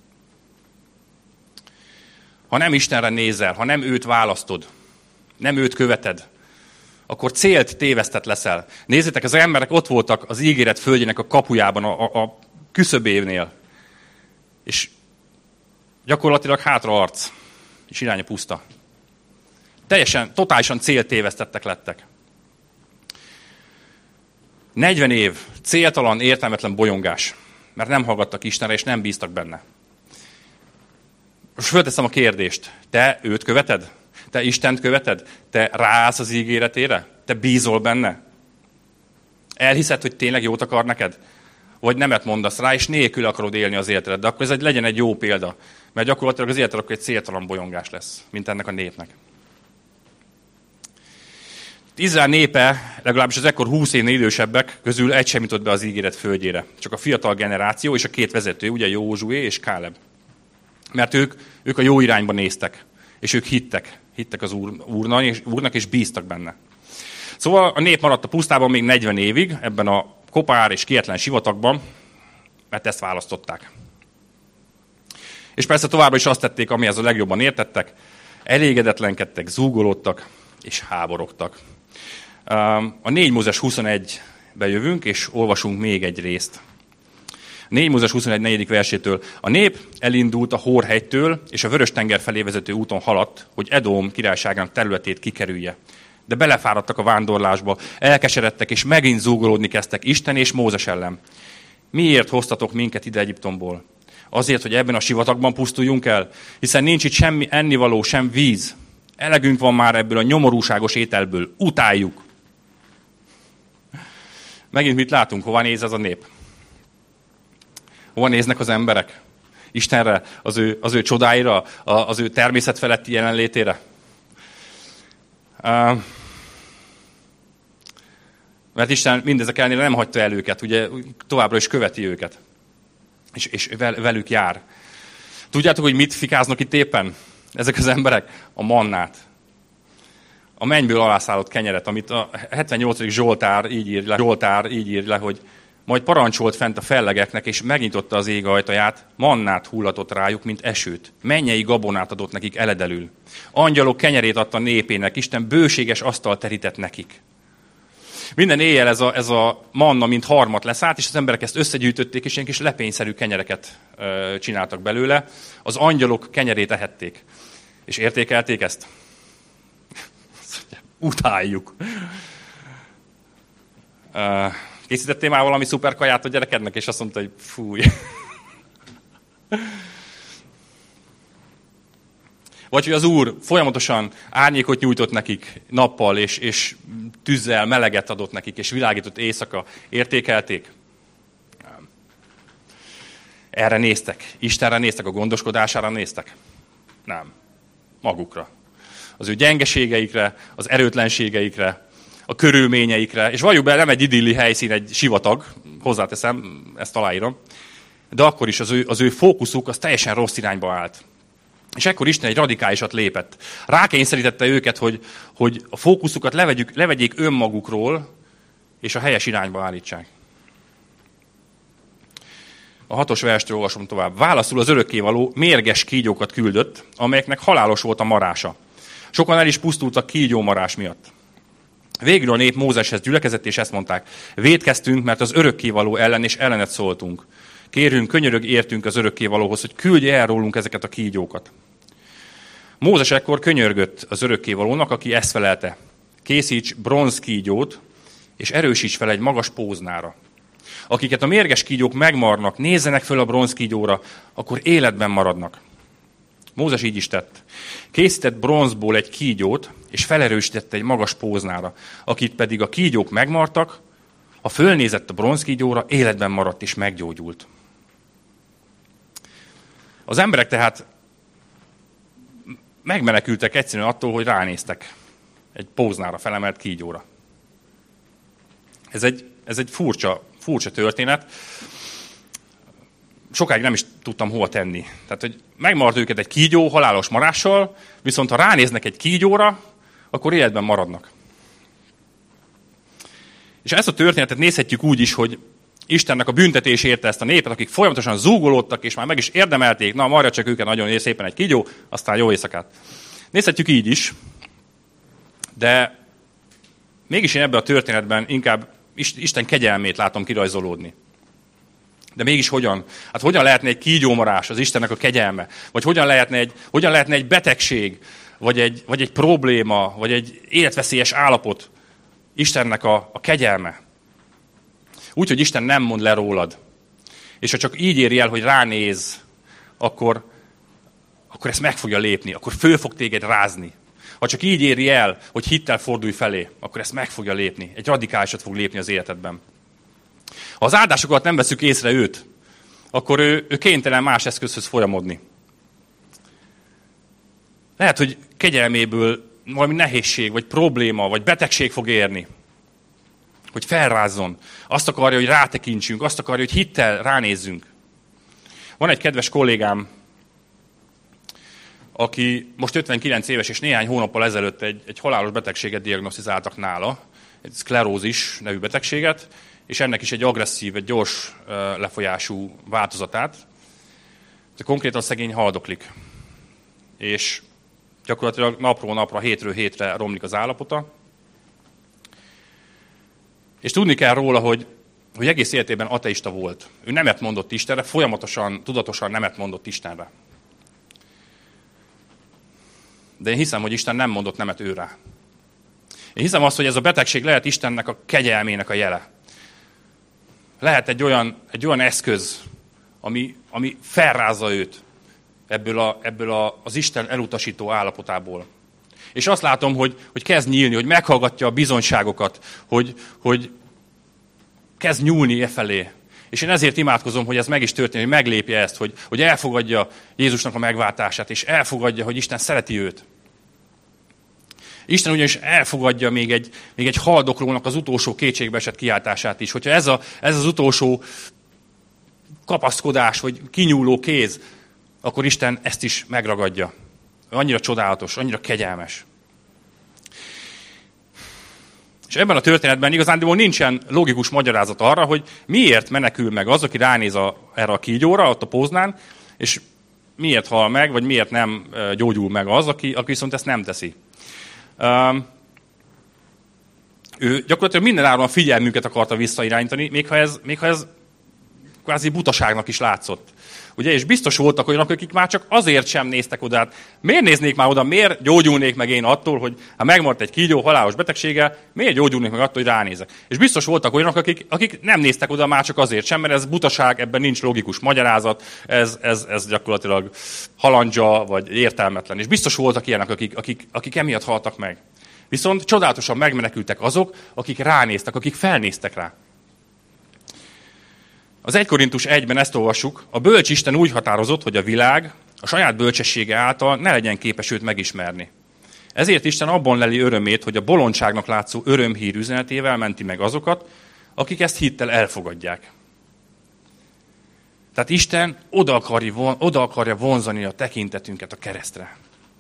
Ha nem Istenre nézel, ha nem őt választod, nem őt követed, akkor célt tévesztett leszel. Nézzétek, az emberek ott voltak az ígéret földjének a kapujában, a küszöbénél. És gyakorlatilag hátra arc, és irány a puszta. Totálisan céltévesztettek lettek. 40 év céltalan, értelmetlen bolyongás, mert nem hallgattak Istenre, és nem bíztak benne. Most fölteszem a kérdést. Te őt követed? Te Istent követed? Te ráállsz az ígéretére? Te bízol benne? Elhiszed, hogy tényleg jót akar neked? Vagy nemet mondasz rá, és nélkül akarod élni az életedet. De akkor ez legyen egy jó példa. Mert gyakorlatilag az életed akkor egy céltalan bolyongás lesz, mint ennek a népnek. Izrael népe, legalábbis az ekkor 20 évnél idősebbek közül egy sem jutott be az ígéret földjére. Csak a fiatal generáció és a két vezető, ugye Józsué és Káleb. Mert ők a jó irányba néztek, és ők hittek az úrnak, és bíztak benne. Szóval a nép maradt a pusztában még 40 évig, ebben a kopár és kietlen sivatagban, mert ezt választották. És persze továbbra is azt tették, amihez a legjobban értettek, elégedetlenkedtek, zúgolódtak és háborogtak. A 4 Mózes 21-be jövünk, és olvasunk még egy részt. 4 Mózes 21. 4. versétől. A nép elindult a Hórhegytől, és a Vörös-tenger felé vezető úton haladt, hogy Edom királyságának területét kikerülje. De belefáradtak a vándorlásba, elkeseredtek, és megint zúgolódni kezdtek Isten és Mózes ellen. Miért hoztatok minket ide Egyiptomból? Azért, hogy ebben a sivatagban pusztuljunk el? Hiszen nincs itt semmi ennivaló, sem víz. Elegünk van már ebből a nyomorúságos ételből. Utáljuk. Megint mit látunk? Hova néz ez a nép? Hova néznek az emberek? Istenre, az ő csodáira, az ő természetfeletti jelenlétére? Mert Isten mindezek ellenére nem hagyta el őket, ugye továbbra is követi őket. És velük jár. Tudjátok, hogy mit fikáznak itt éppen ezek az emberek? A mannát. A mennyből alászállott kenyeret, amit a 78. Zsoltár így ír le, hogy majd parancsolt fent a fellegeknek, és megnyitotta az ég ajtaját, mannát hullatott rájuk, mint esőt. Mennyei gabonát adott nekik eledelül. Angyalok kenyerét adta népének, Isten bőséges asztalt terített nekik. Minden éjjel ez a manna, mint harmat leszállt, és az emberek ezt összegyűjtötték, és ilyen kis lepényszerű kenyereket csináltak belőle. Az angyalok kenyerét ehették. És értékelték ezt? Utáljuk. Készítettél már valami szuper kaját a gyerekednek, és azt mondta, hogy fúj. Vagy hogy az Úr folyamatosan árnyékot nyújtott nekik nappal, és tűzzel meleget adott nekik, és világított éjszaka. Értékelték? Nem. Erre néztek. Istenre néztek, a gondoskodására néztek? Nem. Magukra. Az ő gyengeségeikre, az erőtlenségeikre, a körülményeikre, és valljuk be, nem egy idilli helyszín, egy sivatag, hozzáteszem, ezt aláírom, de akkor is az ő fókuszuk az teljesen rossz irányba állt. És ekkor Isten egy radikálisat lépett. Rákényszerítette őket, hogy a fókuszukat levegyék önmagukról, és a helyes irányba állítsák. A 6. verstől olvasom tovább. Válaszul az örökkévaló mérges kígyókat küldött, amelyeknek halálos volt a marása. Sokan el is pusztultak kígyómarás miatt. Végül a nép Mózeshez gyülekezett, és ezt mondták. Vétkeztünk, mert az örökkévaló ellen és ellenet szóltunk. Kérünk, könyörög értünk az örökkévalóhoz, hogy küldje el rólunk ezeket a kígyókat. Mózes ekkor könyörgött az örökkévalónak, aki ezt felelte. Készíts bronzkígyót, és erősíts fel egy magas póznára. Akiket a mérges kígyók megmarnak, nézzenek föl a bronzkígyóra, akkor életben maradnak. Mózes így is tett. Készített bronzból egy kígyót, és felerősítette egy magas póznára. Akit pedig a kígyók megmartak, ha fölnézett a bronzkígyóra, életben maradt és meggyógyult. Az emberek tehát megmenekültek egyszerűen attól, hogy ránéztek egy póznára felemelt kígyóra. Ez egy furcsa történet. Sokáig nem is tudtam hova tenni. Tehát, hogy megmaradt őket egy kígyó halálos marással, viszont ha ránéznek egy kígyóra, akkor életben maradnak. És ezt a történetet nézhetjük úgy is, hogy Istennek a büntetés érte ezt a népet, akik folyamatosan zúgolódtak, és már meg is érdemelték, na marja csak őket nagyon szépen egy kígyó, aztán jó éjszakát. Nézhetjük így is, de mégis én ebben a történetben inkább Isten kegyelmét látom kirajzolódni. De mégis hogyan? Hát hogyan lehetne egy kígyómarás az Istennek a kegyelme? Vagy hogyan lehetne egy betegség, vagy egy probléma, vagy egy életveszélyes állapot Istennek a kegyelme? Úgy, hogy Isten nem mond le rólad. És ha csak így éri el, hogy ránéz, akkor ezt meg fogja lépni, akkor föl fog téged rázni. Ha csak így éri el, hogy hittel fordulj felé, akkor ezt meg fogja lépni. Egy radikálisat fog lépni az életedben. Ha az áldásokat nem veszük észre őt, akkor ő kénytelen más eszközhöz folyamodni. Lehet, hogy kegyelméből valami nehézség, vagy probléma, vagy betegség fog érni. Hogy felrázzon. Azt akarja, hogy rátekintsünk, azt akarja, hogy hittel ránézzünk. Van egy kedves kollégám, aki most 59 éves, és néhány hónappal ezelőtt egy halálos betegséget diagnosztizáltak nála, egy szklerózis nevű betegséget, és ennek is egy agresszív, egy gyors lefolyású változatát. De konkrétan szegény haldoklik. És gyakorlatilag napról napra, hétről hétre romlik az állapota. És tudni kell róla, hogy egész életében ateista volt. Ő nemet mondott Istenre, folyamatosan, tudatosan nemet mondott Istenre. De én hiszem, hogy Isten nem mondott nemet őrá. Én hiszem azt, hogy ez a betegség lehet Istennek a kegyelmének a jele. Lehet egy olyan eszköz, ami felrázza őt ebből az Isten elutasító állapotából. És azt látom, hogy kezd nyílni, hogy meghallgatja a bizonyságokat, hogy kezd nyúlni e felé. És én ezért imádkozom, hogy ez meg is történik, hogy meglépje ezt, hogy elfogadja Jézusnak a megváltását, és elfogadja, hogy Isten szereti őt. Isten ugyanis elfogadja még egy haldoklónak az utolsó kétségbeesett kiáltását is. Hogyha ez az utolsó kapaszkodás, vagy kinyúló kéz, akkor Isten ezt is megragadja. Annyira csodálatos, annyira kegyelmes. És ebben a történetben igazándiból nincsen logikus magyarázat arra, hogy miért menekül meg az, aki ránéz erre a kígyóra, ott a póznán, és miért hal meg, vagy miért nem gyógyul meg az, aki viszont ezt nem teszi. Ő gyakorlatilag mindenáron a figyelmünket akarta visszairányítani, még ha ez kvázi butaságnak is látszott. Ugye, és biztos voltak olyanok, akik már csak azért sem néztek oda. Hát miért néznék már oda, miért gyógyulnék meg én attól, hogy ha megmaradt egy kígyó halálos betegsége, miért gyógyulnék meg attól, hogy ránézek? És biztos voltak olyanok, akik nem néztek oda már csak azért sem, mert ez butaság, ebben nincs logikus magyarázat, ez gyakorlatilag halandzsa, vagy értelmetlen. És biztos voltak ilyenek, akik emiatt haltak meg. Viszont csodálatosan megmenekültek azok, akik ránéztek, akik felnéztek rá. Az 1 Korintus 1-ben ezt olvassuk, a bölcs Isten úgy határozott, hogy a világ a saját bölcsessége által ne legyen képes őt megismerni. Ezért Isten abban leli örömét, hogy a bolondságnak látszó örömhír üzenetével menti meg azokat, akik ezt hittel elfogadják. Tehát Isten oda akarja vonzani a tekintetünket a keresztre.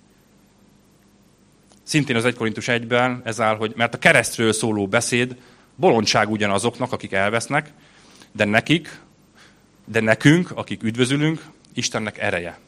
Szintén az 1 Korintus 1-ben ez áll, hogy mert a keresztről szóló beszéd bolondság ugyanazoknak, akik elvesznek, de nekünk, akik üdvözülünk, Istennek ereje.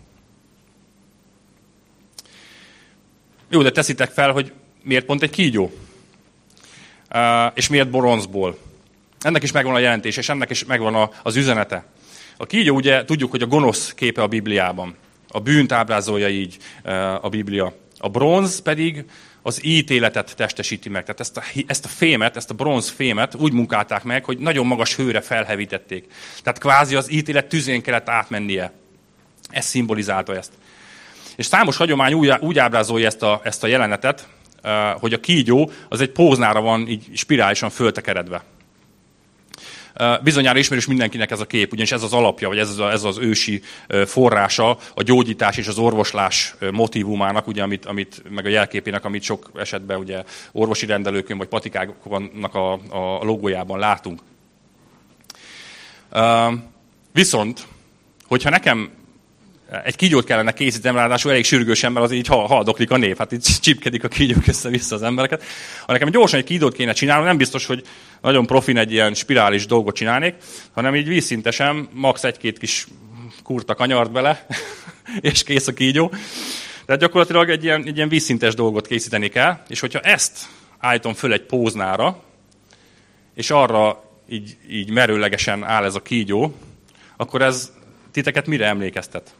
Jó, de teszitek fel, hogy miért pont egy kígyó? És miért bronzból? Ennek is megvan a jelentés, és ennek is megvan az üzenete. A kígyó ugye tudjuk, hogy a gonosz képe a Bibliában. A bűnt ábrázolja így a Biblia. A bronz pedig az ítéletet testesíti meg. Tehát ezt a fémet, ezt a bronz fémet úgy munkálták meg, hogy nagyon magas hőre felhevítették. Tehát kvázi az ítélet tüzén kellett átmennie. Ez szimbolizálta ezt. És számos hagyomány úgy ábrázolja ezt a jelenetet, hogy a kígyó az egy póznára van így spirálisan föltekeredve. Bizonyára ismerős mindenkinek ez a kép, ugyanis ez az alapja, vagy ez az ősi forrása a gyógyítás és az orvoslás motívumának, ugye, amit meg a jelképének, amit sok esetben ugye orvosi rendelőkön vagy patikáknak a logójában látunk. Viszont, hogyha nekem egy kígyót kellene készítenem, ráadásul elég sürgősen, mert az így haldoklik a nép, hát itt csipkedik a kígyók össze-vissza az embereket. Ha nekem gyorsan egy kígyót kéne csinálnom, nem biztos, hogy nagyon profin egy ilyen spirális dolgot csinálnék, hanem így vízszintesen, max. Egy-két kis kurta kanyart bele, és kész a kígyó. Tehát gyakorlatilag egy ilyen vízszintes dolgot készíteni kell, és hogyha ezt állítom föl egy póznára, és arra így merőlegesen áll ez a kígyó, akkor ez titeket mire emlékeztet?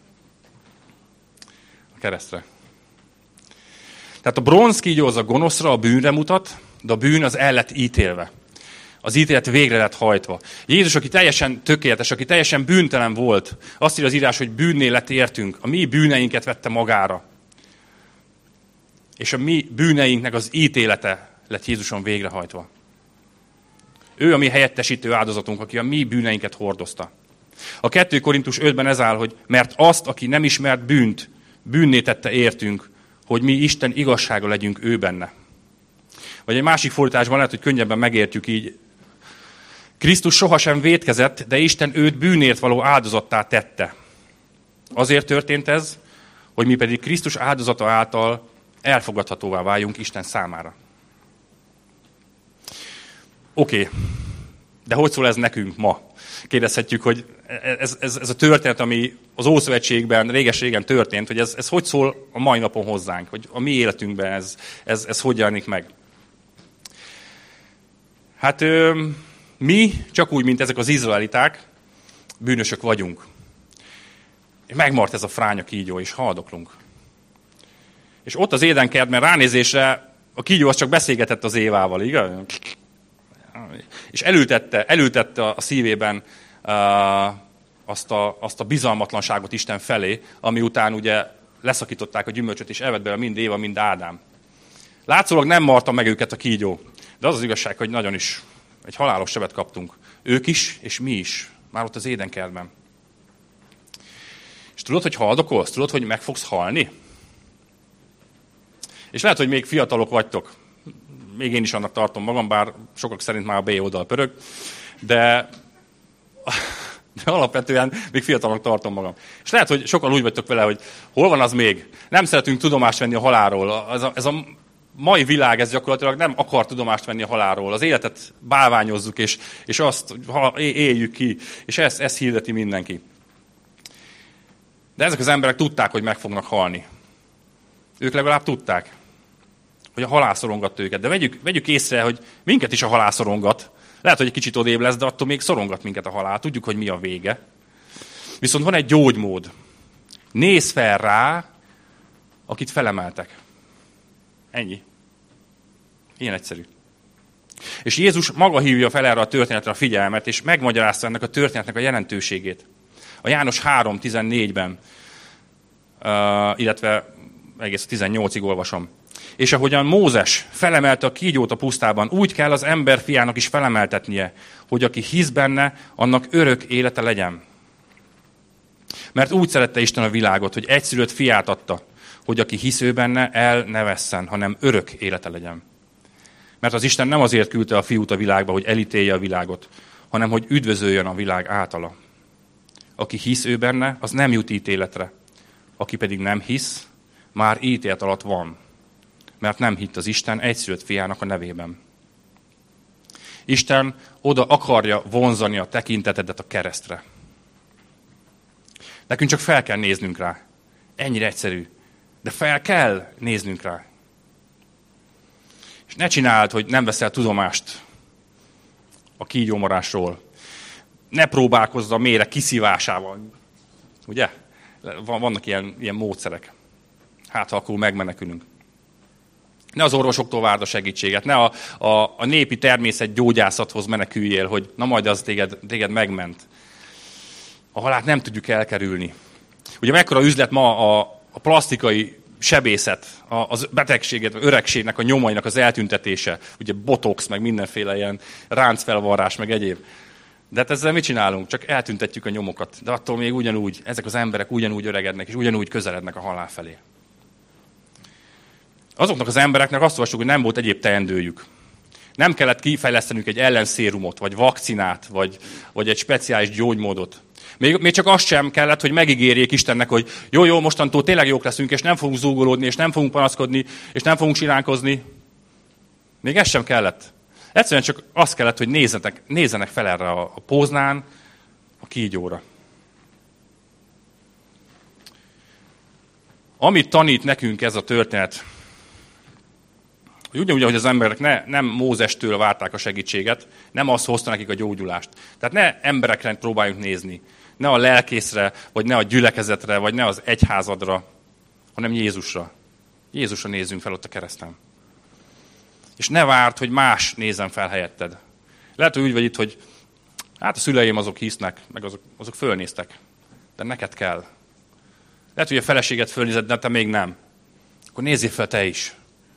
A keresztre. Tehát a bronz kígyó az a gonoszra, a bűnre mutat, de a bűn az el lett ítélve. Az ítélet végre lett hajtva. Jézus, aki teljesen tökéletes, aki teljesen bűntelen volt, azt írja az írás, hogy bűnnél lett értünk. A mi bűneinket vette magára. És a mi bűneinknek az ítélete lett Jézuson végrehajtva. Ő a mi helyettesítő áldozatunk, aki a mi bűneinket hordozta. A 2 Korintus 5-ben ez áll, hogy mert azt, aki nem ismert bűnt, bűnné tette értünk, hogy mi Isten igazsága legyünk ő benne. Vagy egy másik fordításban lehet, hogy könnyebben megértjük így. Krisztus sohasem vétkezett, de Isten őt bűnért való áldozattá tette. Azért történt ez, hogy mi pedig Krisztus áldozata által elfogadhatóvá váljunk Isten számára. Oké, de hogy szól ez nekünk ma? Kérdezhetjük, hogy ez a történet, ami az Ószövetségben réges-régen történt, hogy ez hogy szól a mai napon hozzánk, hogy a mi életünkben ez hogy jelenik meg. Hát mi, csak úgy, mint ezek az izraeliták, bűnösök vagyunk. Megmart ez a fránya kígyó, és haldoklunk. És ott az Édenkertben ránézésre a kígyó az csak beszélgetett az Évával, igaz? És elültette a szívében azt a bizalmatlanságot Isten felé, ami után ugye leszakították a gyümölcsöt, és evett belőle mind Éva, mind Ádám. Látszólag nem marta meg őket a kígyó, de az az igazság, hogy nagyon is egy halálos sebet kaptunk. Ők is, és mi is, már ott az Édenkertben. És tudod, hogy haldokolsz? Tudod, hogy meg fogsz halni? És lehet, hogy még fiatalok vagytok. Még én is annak tartom magam, bár sokak szerint már a B oldal pörög, de alapvetően még fiatalnak tartom magam. És lehet, hogy sokan úgy vagytok vele, hogy hol van az még? Nem szeretünk tudomást venni a halálról. Ez a mai világ, ez gyakorlatilag nem akar tudomást venni a halálról. Az életet bálványozzuk, és azt éljük ki, és ezt hirdeti mindenki. De ezek az emberek tudták, hogy meg fognak halni. Ők legalább tudták, hogy a halál szorongatta őket. De vegyük észre, hogy minket is a halál szorongat. Lehet, hogy egy kicsit odébb lesz, de attól még szorongat minket a halál. Tudjuk, hogy mi a vége. Viszont van egy gyógymód. Nézz fel rá, akit felemeltek. Ennyi. Ilyen egyszerű. És Jézus maga hívja fel erre a történetre a figyelmet, és megmagyarázta ennek a történetnek a jelentőségét. A János 3:14-ben, illetve egész 18-ig olvasom. És ahogyan Mózes felemelte a kígyót a pusztában, úgy kell az ember fiának is felemeltetnie, hogy aki hisz benne, annak örök élete legyen. Mert úgy szerette Isten a világot, hogy egyszülött fiát adta, hogy aki hisz ő benne, el ne vesszen, hanem örök élete legyen. Mert az Isten nem azért küldte a fiút a világba, hogy elítélje a világot, hanem hogy üdvözöljön a világ általa. Aki hisz ő benne, az nem jut ítéletre. Aki pedig nem hisz, már ítélet alatt van, mert nem hitt az Isten egyszülött fiának a nevében. Isten oda akarja vonzani a tekintetedet a keresztre. Nekünk csak fel kell néznünk rá. Ennyire egyszerű. De fel kell néznünk rá. És ne csináld, hogy nem veszel tudomást a kígyómarásról. Ne próbálkozz a mélyre kiszívásával. Ugye? Vannak ilyen módszerek. Hát, ha akkor megmenekülünk. Ne az orvosoktól várd a segítséget, ne a népi természetgyógyászathoz meneküljél, hogy na majd az téged megment. A halált nem tudjuk elkerülni. Ugye mekkora üzlet ma a plastikai sebészet, a betegséget, a öregségnek, a nyomainak az eltüntetése, ugye botox, meg mindenféle ilyen ráncfelvarrás, meg egyéb. De hát ezzel mit csinálunk? Csak eltüntetjük a nyomokat. De attól még ugyanúgy, ezek az emberek ugyanúgy öregednek, és ugyanúgy közelednek a halál felé. Azoknak az embereknek azt olvassuk, hogy nem volt egyéb teendőjük. Nem kellett kifejlesztenünk egy ellenszérumot, vagy vakcinát, vagy egy speciális gyógymódot. Még csak azt sem kellett, hogy megígérjék Istennek, hogy jó, mostantól tényleg jók leszünk, és nem fogunk zúgolódni, és nem fogunk panaszkodni, és nem fogunk siránkozni. Még ez sem kellett. Egyszerűen csak azt kellett, hogy nézzenek fel erre a póznán, a kígyóra. Amit tanít nekünk ez a történet, hogy ugyanúgy, ahogy az emberek nem Mózestől várták a segítséget, nem az hozta nekik a gyógyulást. Tehát ne emberekre próbáljunk nézni, ne a lelkészre, vagy ne a gyülekezetre, vagy ne az egyházadra, hanem Jézusra. Jézusra nézzünk fel ott a kereszten. És ne várd, hogy más nézzen fel helyetted. Lehet, hogy úgy vagy itt, hogy hát a szüleim azok hisznek, meg azok fölnéztek. De neked kell. Lehet, hogy a feleséget fölnézed, de te még nem. Akkor nézzél fel te is.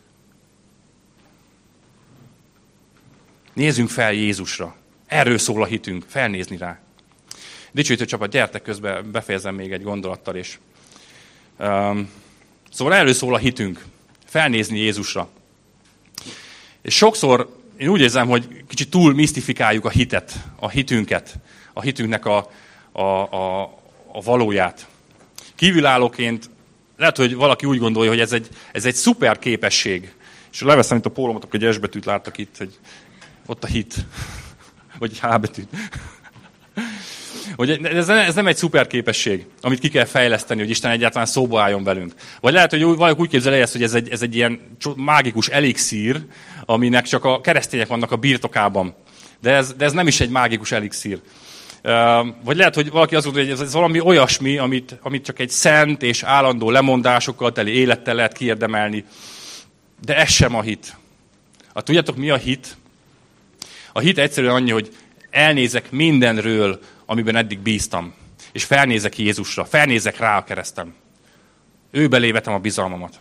Nézzünk fel Jézusra. Erről szól a hitünk, felnézni rá. Dicsőítő csapat, gyertek közben, befejezem még egy gondolattal is. Szóval erről szól a hitünk, felnézni Jézusra. És sokszor én úgy érzem, hogy kicsit túl misztifikáljuk a hitet, a hitünket, a hitünknek a valóját. Kívülállóként lehet, hogy valaki úgy gondolja, hogy ez egy szuper képesség. És leveszem itt a pólómat, akkor egy S betűt láttak itt, hogy ott a hit, vagy egy H betűt. Hogy ez nem egy szuper képesség, amit ki kell fejleszteni, hogy Isten egyáltalán szóba álljon velünk. Vagy lehet, hogy valaki úgy képzelje ezt, hogy ez egy ilyen mágikus elixír, aminek csak a keresztények vannak a birtokában. De ez nem is egy mágikus elixír. Vagy lehet, hogy valaki azt gondolja, hogy ez valami olyasmi, amit csak egy szent és állandó lemondásokkal teli élettel lehet kiérdemelni. De ez sem a hit. Tudjátok, mi a hit? A hit egyszerűen annyi, hogy elnézek mindenről, amiben eddig bíztam. És felnézek Jézusra, felnézek rá a kereszten. Ő belé vetem a bizalmamat.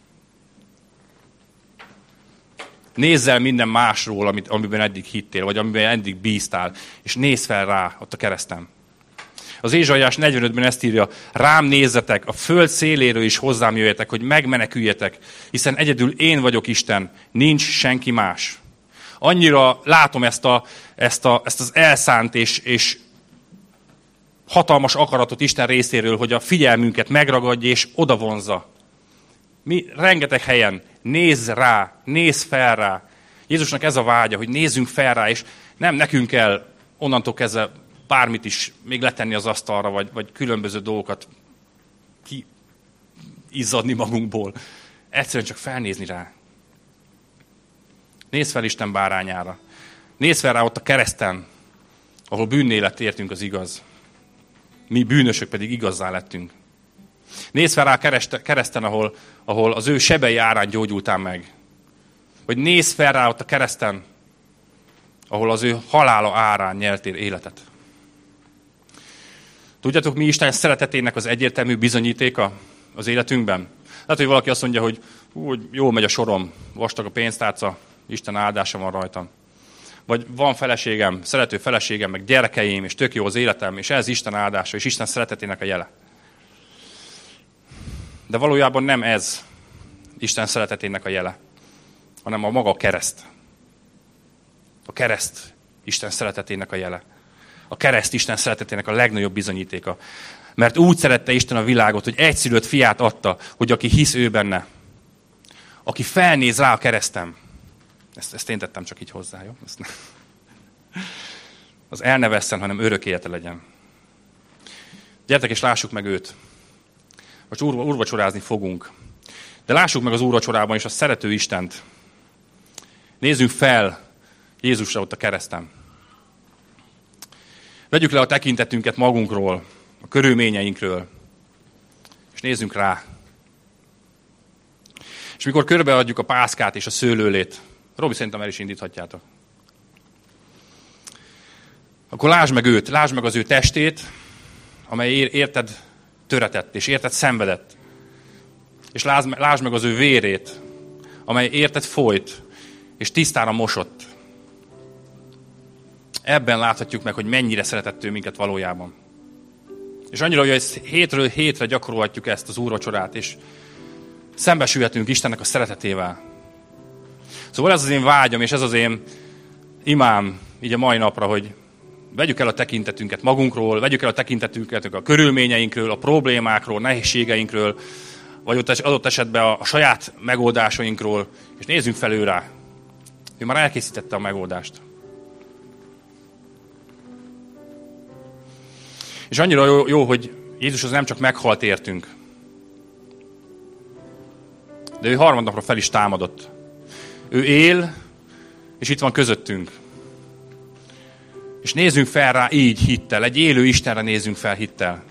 Nézz el minden másról, amiben eddig hittél, vagy amiben eddig bíztál, és nézz fel rá ott a kereszten. Az Ézsaiás 45-ben ezt írja, rám nézzetek, a föld széléről is hozzám jöjjetek, hogy megmeneküljetek, hiszen egyedül én vagyok Isten, nincs senki más. Annyira látom ezt az elszánt és hatalmas akaratot Isten részéről, hogy a figyelmünket megragadja és odavonza. Mi rengeteg helyen nézz rá, nézz fel rá. Jézusnak ez a vágya, hogy nézzünk fel rá, és nem nekünk kell onnantól kezdve bármit is még letenni az asztalra, vagy különböző dolgokat kiizzadni magunkból. Egyszerűen csak felnézni rá. Nézz fel Isten bárányára. Nézz fel rá ott a kereszten, ahol bűnné lett értünk az igaz. Mi bűnösök pedig igazzá lettünk. Nézz fel rá a kereszten, ahol az ő sebei árán gyógyultál meg. Vagy nézz fel rá ott a kereszten, ahol az ő halála árán nyertél életet. Tudjátok, mi Isten szeretetének az egyértelmű bizonyítéka az életünkben? Lehet, hogy valaki azt mondja, hogy jól megy a sorom, vastag a pénztárca, Isten áldása van rajtam. Vagy van feleségem, szerető feleségem, meg gyerekeim, és tök jó az életem, és ez Isten áldása, és Isten szeretetének a jele. De valójában nem ez Isten szeretetének a jele, hanem a maga kereszt. A kereszt Isten szeretetének a jele. A kereszt Isten szeretetének a legnagyobb bizonyítéka. Mert úgy szerette Isten a világot, hogy egyszülött fiát adta, hogy aki hisz ő benne, aki felnéz rá a kereszten, ezt én tettem csak így hozzá, jó? Az el ne vesszen, hanem örök élete legyen. Gyertek és lássuk meg őt. Most úrvacsorázni fogunk. De lássuk meg az úrvacsorában is a szerető Istent. Nézzünk fel Jézusra ott a kereszten. Vegyük le a tekintetünket magunkról, a körülményeinkről, és nézzünk rá. És mikor körbeadjuk a pászkát és a szőlőlét, Robi, szerintem el is indíthatjátok. Akkor lásd meg őt, lásd meg az ő testét, amely érted töretett, és érted szenvedett. és lásd meg az ő vérét, amely érted folyt, és tisztára mosott. Ebben láthatjuk meg, hogy mennyire szeretett ő minket valójában. És annyira, hogy ezt hétről hétre gyakorolhatjuk ezt az úrvacsorát, és szembesülhetünk Istennek a szeretetével. Szóval ez az én vágyam, és ez az én imám így a mai napra, hogy vegyük el a tekintetünket magunkról, vegyük el a tekintetünket a körülményeinkről, a problémákról, nehézségeinkről, vagy adott esetben a saját megoldásainkról, és nézzünk fel ő rá. Ő már elkészítette a megoldást. És annyira jó, hogy Jézus az nem csak meghalt értünk, de ő harmadnapra fel is támadott. Ő él, és itt van közöttünk. És nézzünk fel rá így hittel, egy élő Istenre nézzünk fel hittel.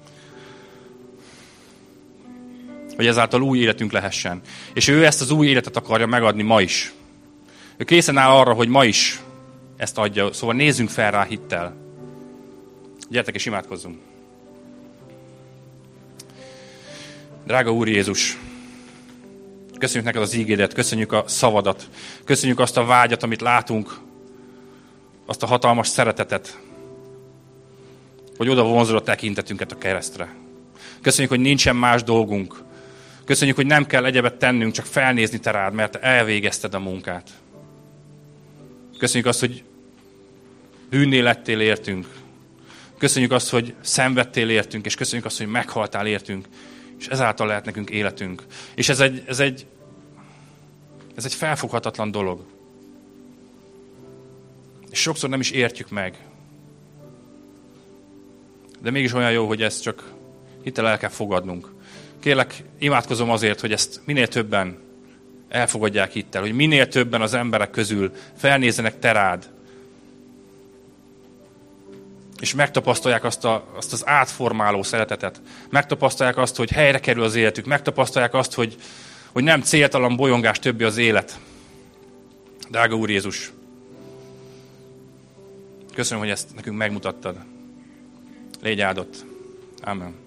Hogy ezáltal új életünk lehessen. És ő ezt az új életet akarja megadni ma is. Ő készen áll arra, hogy ma is ezt adja. Szóval nézzünk fel rá hittel. Gyertek és imádkozzunk. Drága Úr Jézus, köszönjük neked az ígédet, köszönjük a szavadat, köszönjük azt a vágyat, amit látunk, azt a hatalmas szeretetet, hogy oda vonzod a tekintetünket a keresztre. Köszönjük, hogy nincsen más dolgunk. Köszönjük, hogy nem kell egyebet tennünk, csak felnézni te rád, mert elvégezted a munkát. Köszönjük azt, hogy bűnné lettél értünk. Köszönjük azt, hogy szenvedtél értünk, és köszönjük azt, hogy meghaltál értünk, és ezáltal lehet nekünk életünk. És ez egy felfoghatatlan dolog. És sokszor nem is értjük meg. De mégis olyan jó, hogy ezt csak hittel el kell fogadnunk. Kérlek, imádkozom azért, hogy ezt minél többen elfogadják hittel, hogy minél többen az emberek közül felnézzenek te rád, és megtapasztalják azt az átformáló szeretetet. Megtapasztalják azt, hogy helyre kerül az életük. Megtapasztalják azt, hogy nem céltalan bolyongás többi az élet. Drága Úr Jézus, köszönöm, hogy ezt nekünk megmutattad. Légy áldott. Amen.